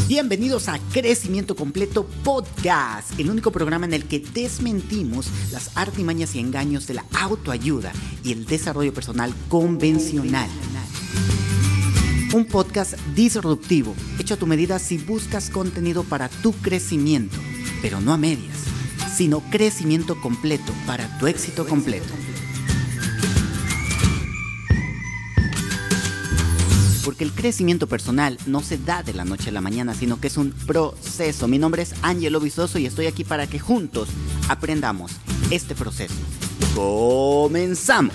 Bienvenidos a Crecimiento Completo Podcast, el único programa en el que desmentimos las artimañas y engaños de la autoayuda y el desarrollo personal convencional. Un podcast disruptivo, hecho a tu medida si buscas contenido para tu crecimiento, pero no a medias, sino crecimiento completo para tu éxito completo. Porque el crecimiento personal no se da de la noche a la mañana, sino que es un proceso. Mi nombre es Ángelo Vizoso y estoy aquí para que juntos aprendamos este proceso. ¡Comenzamos!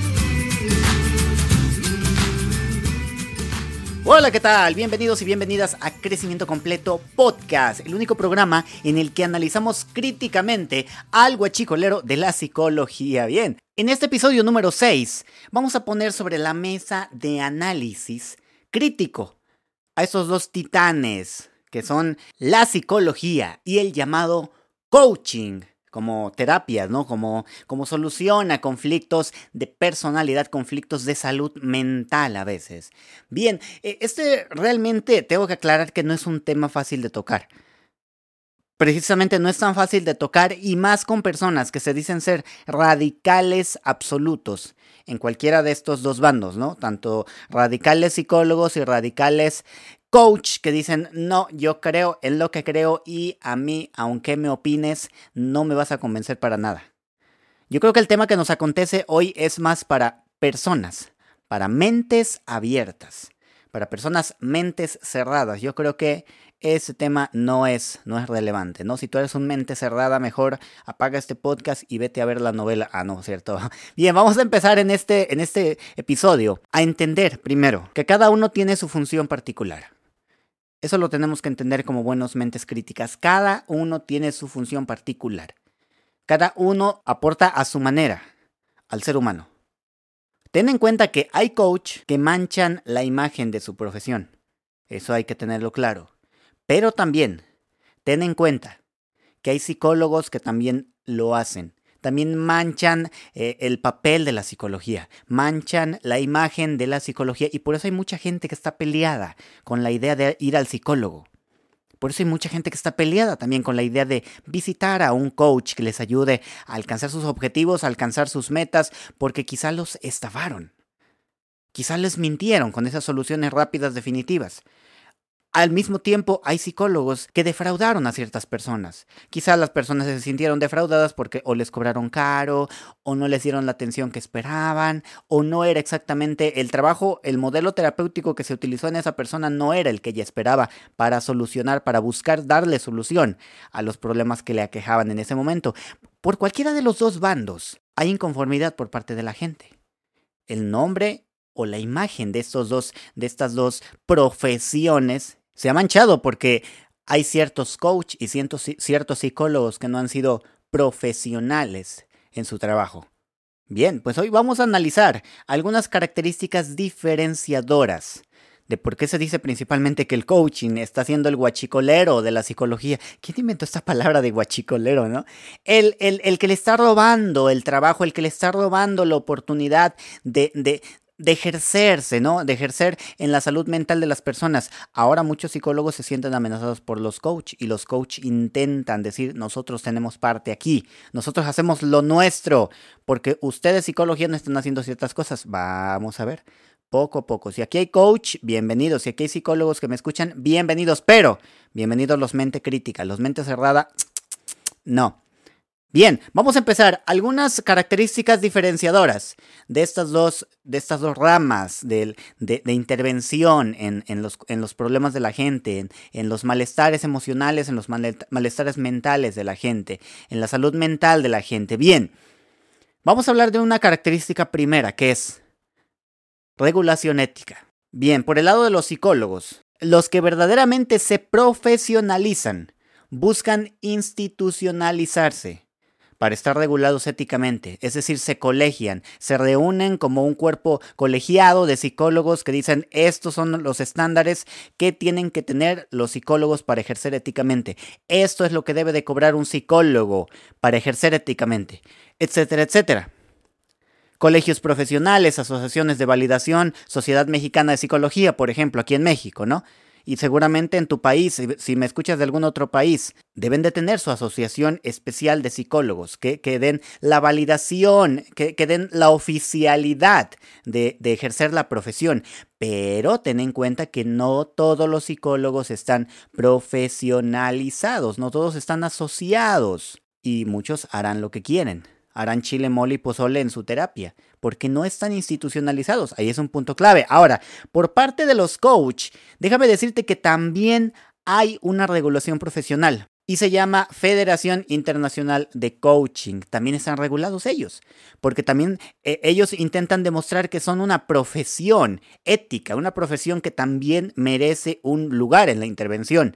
Hola, ¿qué tal? Bienvenidos y bienvenidas a Crecimiento Completo Podcast, el único programa en el que analizamos críticamente al guachicolero de la psicología. Bien, en este episodio número 6 vamos a poner sobre la mesa de análisis crítico a esos dos titanes que son la psicología y el llamado coaching. Como terapias, ¿no? Como solución a conflictos de personalidad, conflictos de salud mental a veces. Bien, realmente tengo que aclarar que no es un tema fácil de tocar. Precisamente no es tan fácil de tocar y más con personas que se dicen ser radicales absolutos en cualquiera de estos dos bandos, ¿no? Tanto radicales psicólogos y radicales coach que dicen, no, yo creo en lo que creo y a mí, aunque me opines, no me vas a convencer para nada. Yo creo que el tema que nos acontece hoy es más para personas, para mentes abiertas, para personas mentes cerradas. Yo creo que ese tema no es relevante, ¿no? Si tú eres un mente cerrada, mejor apaga este podcast y vete a ver la novela. Ah, no, cierto. Bien, vamos a empezar en este episodio a entender primero que cada uno tiene su función particular. Eso lo tenemos que entender como buenos mentes críticas. Cada uno tiene su función particular. Cada uno aporta a su manera al ser humano. Ten en cuenta que hay coach que manchan la imagen de su profesión. Eso hay que tenerlo claro. Pero también, ten en cuenta que hay psicólogos que también lo hacen. También manchan el papel de la psicología, manchan la imagen de la psicología y por eso hay mucha gente que está peleada con la idea de ir al psicólogo. Por eso hay mucha gente que está peleada también con la idea de visitar a un coach que les ayude a alcanzar sus objetivos, a alcanzar sus metas, porque quizá los estafaron. Quizá les mintieron con esas soluciones rápidas definitivas. Al mismo tiempo, hay psicólogos que defraudaron a ciertas personas. Quizás las personas se sintieron defraudadas porque o les cobraron caro, o no les dieron la atención que esperaban, o no era exactamente el trabajo, el modelo terapéutico que se utilizó en esa persona no era el que ella esperaba para solucionar, para buscar darle solución a los problemas que le aquejaban en ese momento. Por cualquiera de los dos bandos, hay inconformidad por parte de la gente. El nombre o la imagen de estas dos profesiones se ha manchado porque hay ciertos coach y ciertos psicólogos que no han sido profesionales en su trabajo. Bien, pues hoy vamos a analizar algunas características diferenciadoras de por qué se dice principalmente que el coaching está siendo el guachicolero de la psicología. ¿Quién inventó esta palabra de guachicolero, no? El que le está robando el trabajo, el que le está robando la oportunidad de ejercerse, ¿no? De ejercer en la salud mental de las personas. Ahora muchos psicólogos se sienten amenazados por los coach y los coach intentan decir, nosotros tenemos parte aquí, nosotros hacemos lo nuestro, porque ustedes psicología no están haciendo ciertas cosas. Vamos a ver, poco a poco. Si aquí hay coach, bienvenidos. Si aquí hay psicólogos que me escuchan, bienvenidos. Pero, bienvenidos los mente crítica, los mente cerrada, no. Bien, vamos a empezar. Algunas características diferenciadoras de estas dos ramas de intervención en los problemas de la gente, en los malestares emocionales, en los malestares mentales de la gente, en la salud mental de la gente. Bien, vamos a hablar de una característica primera que es regulación ética. Bien, por el lado de los psicólogos, los que verdaderamente se profesionalizan, buscan institucionalizarse para estar regulados éticamente, es decir, se colegian, se reúnen como un cuerpo colegiado de psicólogos que dicen estos son los estándares que tienen que tener los psicólogos para ejercer éticamente, esto es lo que debe de cobrar un psicólogo para ejercer éticamente, etcétera, etcétera. Colegios profesionales, asociaciones de validación, Sociedad Mexicana de Psicología, por ejemplo, aquí en México, ¿no? Y seguramente en tu país, si me escuchas de algún otro país, deben de tener su asociación especial de psicólogos, que den la validación, que den la oficialidad de ejercer la profesión. Pero ten en cuenta que no todos los psicólogos están profesionalizados, no todos están asociados. Y muchos harán lo que quieren. Harán chile, mole y pozole en su terapia, porque no están institucionalizados. Ahí es un punto clave. Ahora, por parte de los coach, déjame decirte que también hay una regulación profesional y se llama Federación Internacional de Coaching. También están regulados ellos, porque también ellos intentan demostrar que son una profesión ética, una profesión que también merece un lugar en la intervención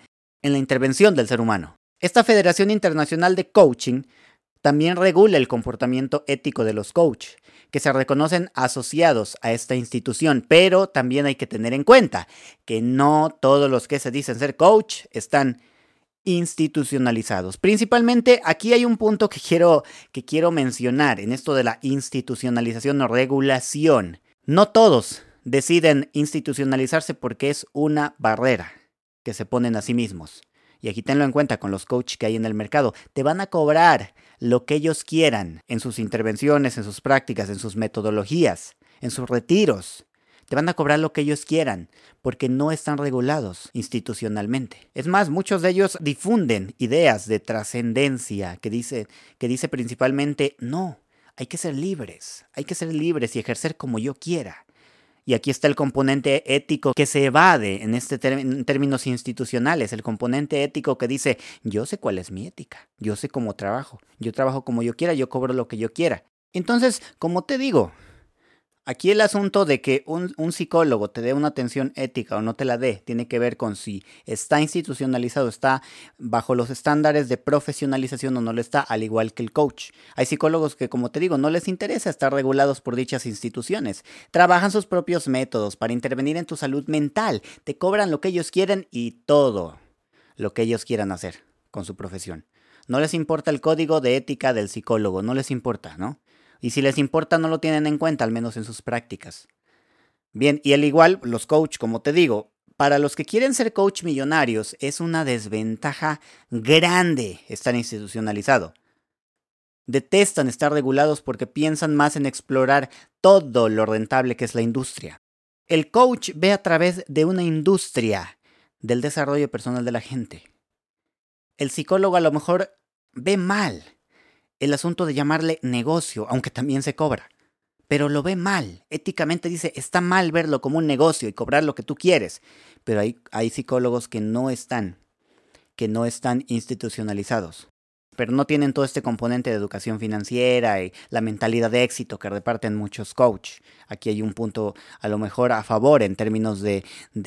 del ser humano. Esta Federación Internacional de Coaching también regula el comportamiento ético de los coaches, que se reconocen asociados a esta institución, pero también hay que tener en cuenta que no todos los que se dicen ser coach están institucionalizados. Principalmente aquí hay un punto que quiero mencionar en esto de la institucionalización o regulación. No todos deciden institucionalizarse porque es una barrera que se ponen a sí mismos. Y aquí tenlo en cuenta con los coaches que hay en el mercado. Te van a cobrar lo que ellos quieran en sus intervenciones, en sus prácticas, en sus metodologías, en sus retiros. Te van a cobrar lo que ellos quieran porque no están regulados institucionalmente. Es más, muchos de ellos difunden ideas de trascendencia que dice principalmente no, hay que ser libres y ejercer como yo quiera. Y aquí está el componente ético que se evade en en términos institucionales, el componente ético que dice, yo sé cuál es mi ética, yo sé cómo trabajo, yo trabajo como yo quiera, yo cobro lo que yo quiera. Entonces, como te digo, aquí el asunto de que un psicólogo te dé una atención ética o no te la dé, tiene que ver con si está institucionalizado, está bajo los estándares de profesionalización o no lo está, al igual que el coach. Hay psicólogos que, como te digo, no les interesa estar regulados por dichas instituciones. Trabajan sus propios métodos para intervenir en tu salud mental. Te cobran lo que ellos quieren y todo lo que ellos quieran hacer con su profesión. No les importa el código de ética del psicólogo, no les importa, ¿no? Y si les importa, no lo tienen en cuenta, al menos en sus prácticas. Bien, y al igual, los coach, como te digo, para los que quieren ser coach millonarios, es una desventaja grande estar institucionalizado. Detestan estar regulados porque piensan más en explorar todo lo rentable que es la industria. El coach ve a través de una industria del desarrollo personal de la gente. El psicólogo a lo mejor ve mal el asunto de llamarle negocio, aunque también se cobra. Pero lo ve mal. Éticamente dice, está mal verlo como un negocio y cobrar lo que tú quieres. Pero hay psicólogos que no están institucionalizados. Pero no tienen todo este componente de educación financiera y la mentalidad de éxito que reparten muchos coach. Aquí hay un punto a lo mejor a favor en términos de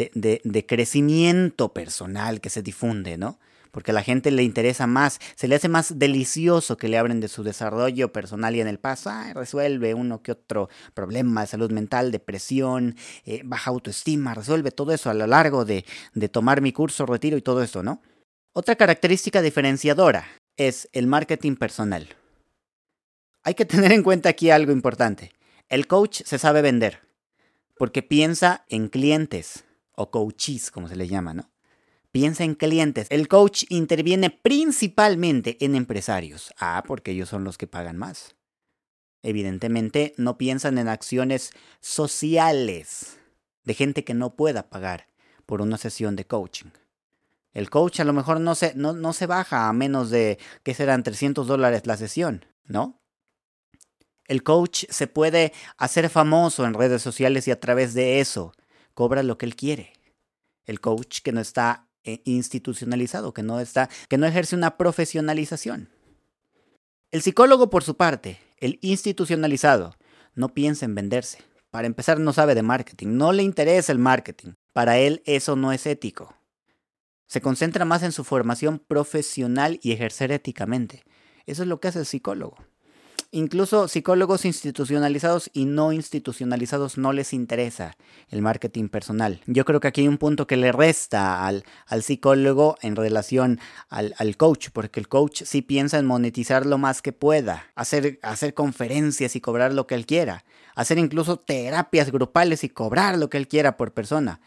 crecimiento personal que se difunde, ¿no? Porque a la gente le interesa más, se le hace más delicioso que le hablen de su desarrollo personal y en el paso resuelve uno que otro problema de salud mental, depresión, baja autoestima, resuelve todo eso a lo largo de tomar mi curso, retiro y todo esto, ¿no? Otra característica diferenciadora es el marketing personal. Hay que tener en cuenta aquí algo importante. El coach se sabe vender porque piensa en clientes o coachees, como se les llama, ¿no? Piensa en clientes. El coach interviene principalmente en empresarios. Porque ellos son los que pagan más. Evidentemente no piensan en acciones sociales de gente que no pueda pagar por una sesión de coaching. El coach a lo mejor no se baja a menos de, ¿qué serán? $300 la sesión, ¿no? El coach se puede hacer famoso en redes sociales y a través de eso cobra lo que él quiere. El coach que no está institucionalizado, que no ejerce una profesionalización. El psicólogo, por su parte, el institucionalizado, no piensa en venderse. Para empezar, no sabe de marketing, no le interesa el marketing. Para él eso no es ético. Se concentra más en su formación profesional y ejercer éticamente. Eso es lo que hace el psicólogo. Incluso psicólogos institucionalizados y no institucionalizados no les interesa el marketing personal. Yo creo que aquí hay un punto que le resta al psicólogo en relación al coach, porque el coach sí piensa en monetizar lo más que pueda, hacer conferencias y cobrar lo que él quiera, hacer incluso terapias grupales y cobrar lo que él quiera por persona.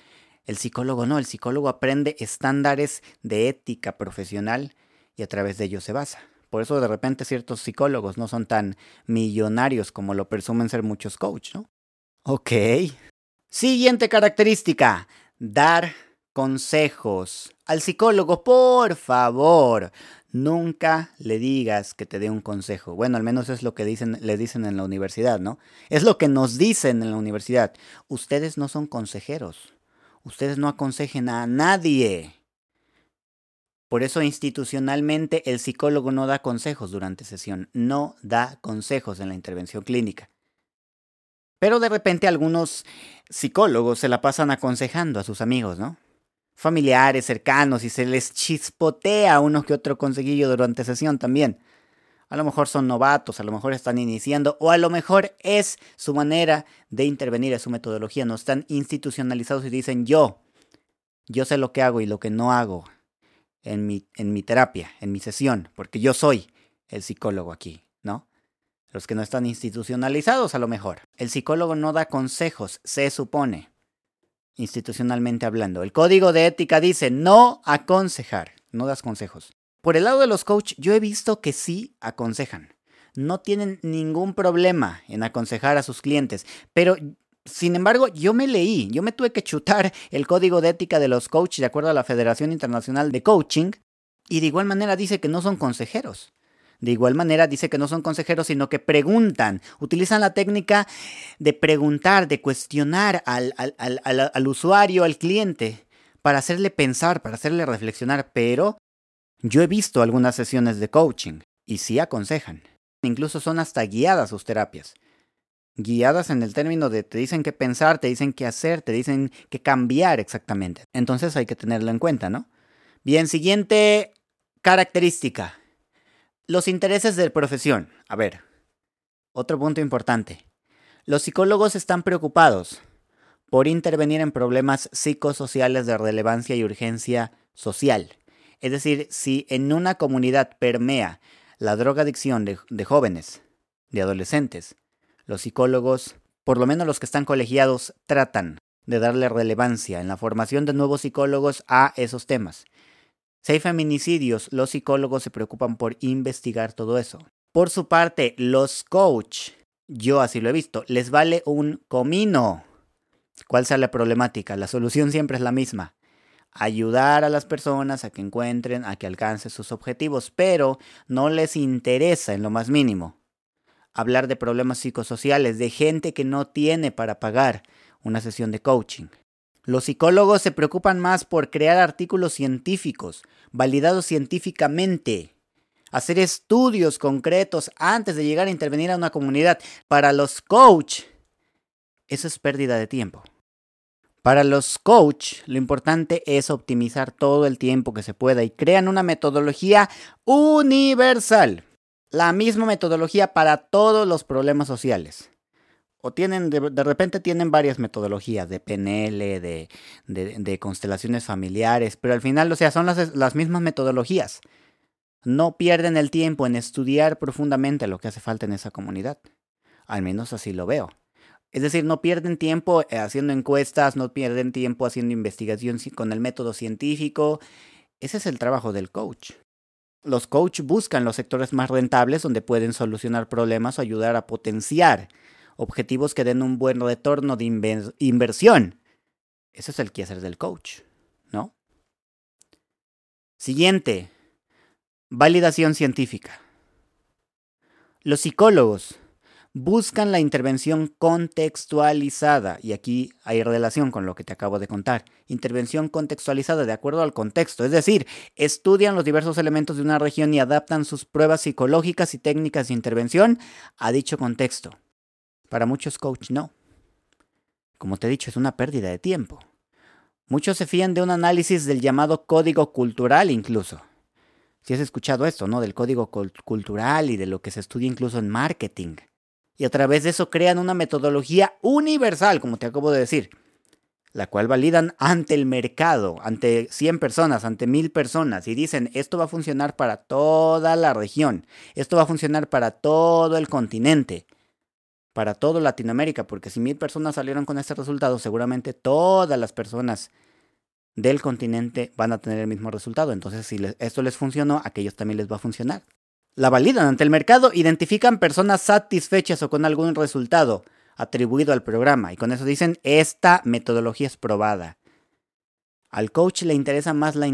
El psicólogo no, el psicólogo aprende estándares de ética profesional y a través de ellos se basa. Por eso de repente ciertos psicólogos no son tan millonarios como lo presumen ser muchos coaches, ¿no? Ok. Siguiente característica, dar consejos. Al psicólogo, por favor, nunca le digas que te dé un consejo. Bueno, al menos es lo que le dicen en la universidad, ¿no? Es lo que nos dicen en la universidad. Ustedes no son consejeros. Ustedes no aconsejen a nadie. Por eso institucionalmente el psicólogo no da consejos durante sesión, no da consejos en la intervención clínica. Pero de repente algunos psicólogos se la pasan aconsejando a sus amigos, ¿no? Familiares, cercanos, y se les chispotea uno que otro consejillo durante sesión también. A lo mejor son novatos, a lo mejor están iniciando, o a lo mejor es su manera de intervenir, es su metodología. No están institucionalizados y dicen yo sé lo que hago y lo que no hago en mi terapia, en mi sesión, porque yo soy el psicólogo aquí, ¿no? Los que no están institucionalizados a lo mejor. El psicólogo no da consejos, se supone, institucionalmente hablando. El código de ética dice no aconsejar, no das consejos. Por el lado de los coaches, yo he visto que sí aconsejan. No tienen ningún problema en aconsejar a sus clientes, pero sin embargo, yo me tuve que chutar el código de ética de los coaches de acuerdo a la Federación Internacional de Coaching, y de igual manera dice que no son consejeros. De igual manera dice que no son consejeros, sino que preguntan. Utilizan la técnica de preguntar, de cuestionar al usuario, al cliente, para hacerle pensar, para hacerle reflexionar. Pero yo he visto algunas sesiones de coaching y sí aconsejan. Incluso son hasta guiadas sus terapias. Guiadas en el término de te dicen qué pensar, te dicen qué hacer, te dicen qué cambiar exactamente. Entonces hay que tenerlo en cuenta, ¿no? Bien, siguiente característica. Los intereses de profesión. A ver, otro punto importante. Los psicólogos están preocupados por intervenir en problemas psicosociales de relevancia y urgencia social. Es decir, si en una comunidad permea la drogadicción de jóvenes, de adolescentes, los psicólogos, por lo menos los que están colegiados, tratan de darle relevancia en la formación de nuevos psicólogos a esos temas. Si hay feminicidios, los psicólogos se preocupan por investigar todo eso. Por su parte, los coach, yo así lo he visto, les vale un comino cuál sea la problemática. La solución siempre es la misma. Ayudar a las personas a que encuentren, a que alcancen sus objetivos, pero no les interesa en lo más mínimo hablar de problemas psicosociales, de gente que no tiene para pagar una sesión de coaching. Los psicólogos se preocupan más por crear artículos científicos, validados científicamente, hacer estudios concretos antes de llegar a intervenir a una comunidad. Para los coach, eso es pérdida de tiempo. Para los coach, lo importante es optimizar todo el tiempo que se pueda y crean una metodología universal. La misma metodología para todos los problemas sociales. O tienen, de repente tienen varias metodologías de PNL, de constelaciones familiares, pero al final, o sea, son las mismas metodologías. No pierden el tiempo en estudiar profundamente lo que hace falta en esa comunidad. Al menos así lo veo. Es decir, no pierden tiempo haciendo encuestas, no pierden tiempo haciendo investigación con el método científico. Ese es el trabajo del coach. Los coaches buscan los sectores más rentables donde pueden solucionar problemas o ayudar a potenciar objetivos que den un buen retorno de inversión. Ese es el quehacer del coach, ¿no? Siguiente, validación científica. Los psicólogos buscan la intervención contextualizada, y aquí hay relación con lo que te acabo de contar. Intervención contextualizada de acuerdo al contexto, es decir, estudian los diversos elementos de una región y adaptan sus pruebas psicológicas y técnicas de intervención a dicho contexto. Para muchos coaches no. Como te he dicho, es una pérdida de tiempo. Muchos se fían de un análisis del llamado código cultural incluso. Si has escuchado esto, ¿no? Del código cultural y de lo que se estudia incluso en marketing. Y a través de eso crean una metodología universal, como te acabo de decir, la cual validan ante el mercado, ante 100 personas, ante 1000 personas, y dicen, esto va a funcionar para toda la región, esto va a funcionar para todo el continente, para toda Latinoamérica, porque si 1000 personas salieron con este resultado, seguramente todas las personas del continente van a tener el mismo resultado. Entonces, si esto les funcionó, a aquellos también les va a funcionar. La validan ante el mercado, identifican personas satisfechas o con algún resultado atribuido al programa y con eso dicen, esta metodología es probada. Al coach le interesa más la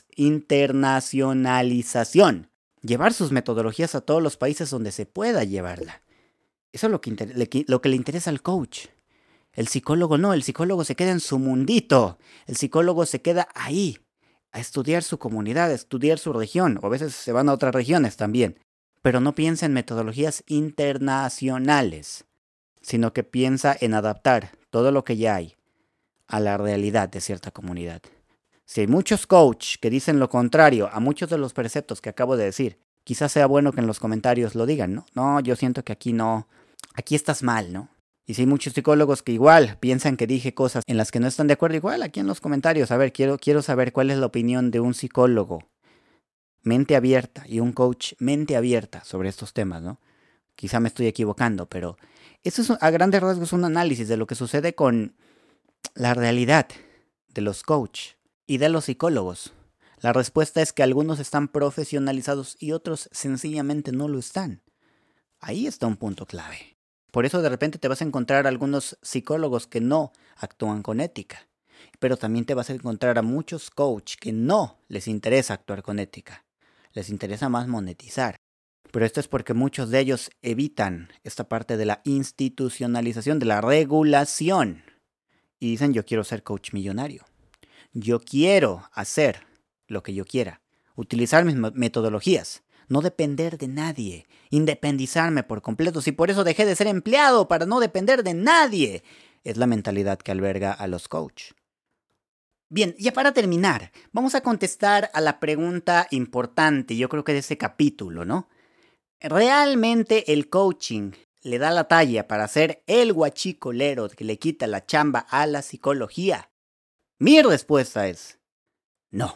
internacionalización, llevar sus metodologías a todos los países donde se pueda llevarla. Eso es lo que le interesa al coach. El psicólogo no, el psicólogo se queda en su mundito, el psicólogo se queda ahí, a estudiar su comunidad, a estudiar su región, o a veces se van a otras regiones también, pero no piensa en metodologías internacionales, sino que piensa en adaptar todo lo que ya hay a la realidad de cierta comunidad. Si hay muchos coaches que dicen lo contrario a muchos de los preceptos que acabo de decir, quizás sea bueno que en los comentarios lo digan, ¿no? No, yo siento que aquí no, aquí estás mal, ¿no? Y si hay muchos psicólogos que igual piensan que dije cosas en las que no están de acuerdo, igual aquí en los comentarios, a ver, quiero saber cuál es la opinión de un psicólogo mente abierta y un coach mente abierta sobre estos temas, ¿no? Quizá me estoy equivocando, pero eso es a grandes rasgos un análisis de lo que sucede con la realidad de los coaches y de los psicólogos. La respuesta es que algunos están profesionalizados y otros sencillamente no lo están. Ahí está un punto clave. Por eso de repente te vas a encontrar algunos psicólogos que no actúan con ética. Pero también te vas a encontrar a muchos coaches que no les interesa actuar con ética. Les interesa más monetizar. Pero esto es porque muchos de ellos evitan esta parte de la institucionalización, de la regulación. Y dicen, yo quiero ser coach millonario. Yo quiero hacer lo que yo quiera. Utilizar mis metodologías. No depender de nadie, independizarme por completo. Si por eso dejé de ser empleado, para no depender de nadie. Es la mentalidad que alberga a los coaches. Bien, ya para terminar, vamos a contestar a la pregunta importante, yo creo que de ese capítulo, ¿no? ¿Realmente el coaching le da la talla para ser el guachicolero que le quita la chamba a la psicología? Mi respuesta es no.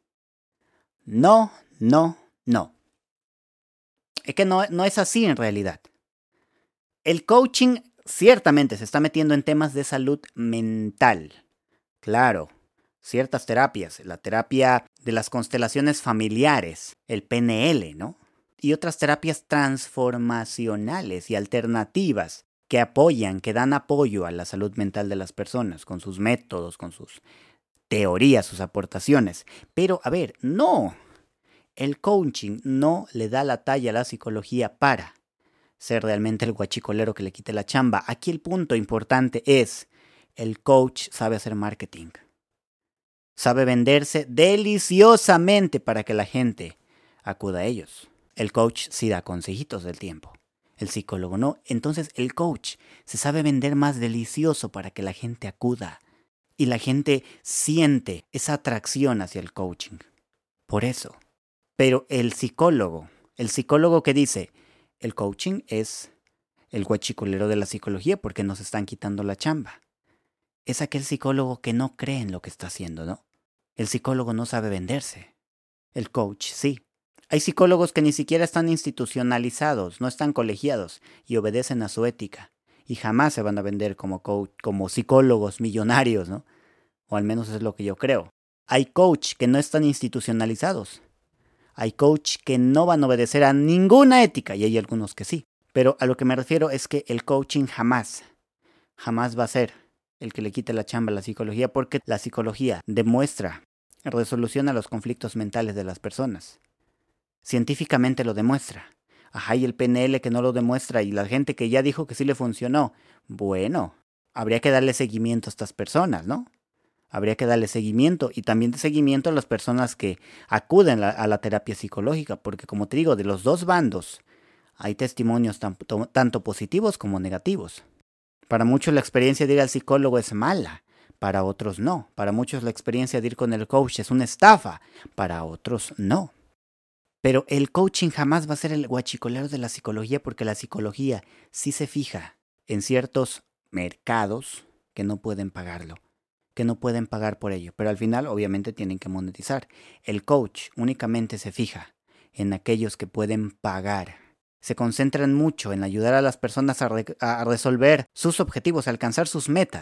No, no, no. Es que no es así en realidad. El coaching ciertamente se está metiendo en temas de salud mental. Claro, ciertas terapias, la terapia de las constelaciones familiares, el PNL, ¿no? Y otras terapias transformacionales y alternativas que apoyan, que dan apoyo a la salud mental de las personas, con sus métodos, con sus teorías, sus aportaciones. Pero, a ver, no. El coaching no le da la talla a la psicología para ser realmente el guachicolero que le quite la chamba. Aquí el punto importante es, el coach sabe hacer marketing. Sabe venderse deliciosamente para que la gente acuda a ellos. El coach sí da consejitos del tiempo. El psicólogo no. Entonces el coach se sabe vender más delicioso para que la gente acuda. Y la gente siente esa atracción hacia el coaching. Por eso. Pero el psicólogo que dice, el coaching es el guachicolero de la psicología porque nos están quitando la chamba. Es aquel psicólogo que no cree en lo que está haciendo, ¿no? El psicólogo no sabe venderse. El coach sí. Hay psicólogos que ni siquiera están institucionalizados, no están colegiados y obedecen a su ética. Y jamás se van a vender como coach, como psicólogos millonarios, ¿no? O al menos es lo que yo creo. Hay coach que no están institucionalizados. Hay coach que no van a obedecer a ninguna ética y hay algunos que sí. Pero a lo que me refiero es que el coaching jamás va a ser el que le quite la chamba a la psicología porque la psicología demuestra, resoluciona los conflictos mentales de las personas. Científicamente lo demuestra. Ajá, y el PNL que no lo demuestra y la gente que ya dijo que sí le funcionó. Bueno, habría que darle seguimiento a estas personas, ¿no? Habría que darle seguimiento y también de seguimiento a las personas que acuden a la terapia psicológica, porque como te digo, de los dos bandos hay testimonios tanto positivos como negativos. Para muchos la experiencia de ir al psicólogo es mala, para otros no. Para muchos la experiencia de ir con el coach es una estafa, para otros no. Pero el coaching jamás va a ser el guachicolero de la psicología porque la psicología sí se fija en ciertos mercados que no pueden pagarlo, que no pueden pagar por ello, pero al final obviamente tienen que monetizar. El coach únicamente se fija en aquellos que pueden pagar. Se concentran mucho en ayudar a las personas a resolver sus objetivos, a alcanzar sus metas.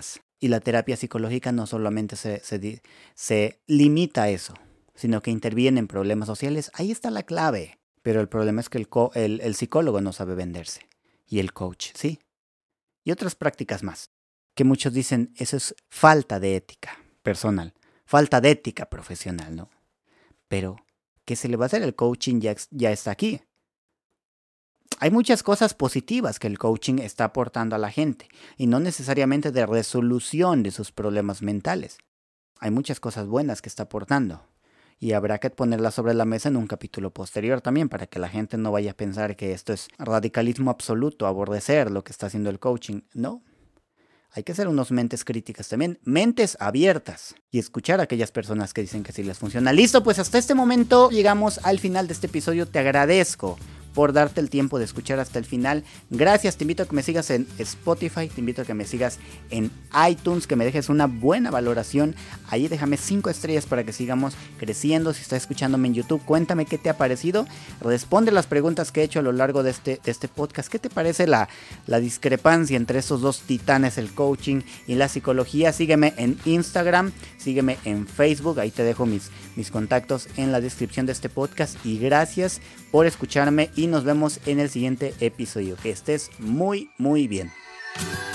Y la terapia psicológica no solamente se limita a eso, sino que interviene en problemas sociales. Ahí está la clave. Pero el problema es que el psicólogo no sabe venderse. Y el coach, sí. Y otras prácticas más. Que muchos dicen, eso es falta de ética personal. Falta de ética profesional, ¿no? Pero, ¿qué se le va a hacer? El coaching ya está aquí. Hay muchas cosas positivas que el coaching está aportando a la gente. Y no necesariamente de resolución de sus problemas mentales. Hay muchas cosas buenas que está aportando. Y habrá que ponerlas sobre la mesa en un capítulo posterior también, para que la gente no vaya a pensar que esto es radicalismo absoluto, aborrecer lo que está haciendo el coaching. No. Hay que ser unos mentes críticas también, mentes abiertas, y escuchar a aquellas personas que dicen que sí les funciona. Listo, pues hasta este momento llegamos al final de este episodio. Te agradezco por darte el tiempo de escuchar hasta el final. Gracias, te invito a que me sigas en Spotify, te invito a que me sigas en iTunes, que me dejes una buena valoración. Ahí déjame 5 estrellas para que sigamos creciendo. Si estás escuchándome en YouTube, cuéntame qué te ha parecido. Responde las preguntas que he hecho a lo largo de este podcast. ¿Qué te parece la discrepancia entre esos dos titanes, el coaching y la psicología? Sígueme en Instagram, sígueme en Facebook, ahí te dejo mis contactos en la descripción de este podcast. Y gracias por escucharme y nos vemos en el siguiente episodio. Que estés muy, muy bien.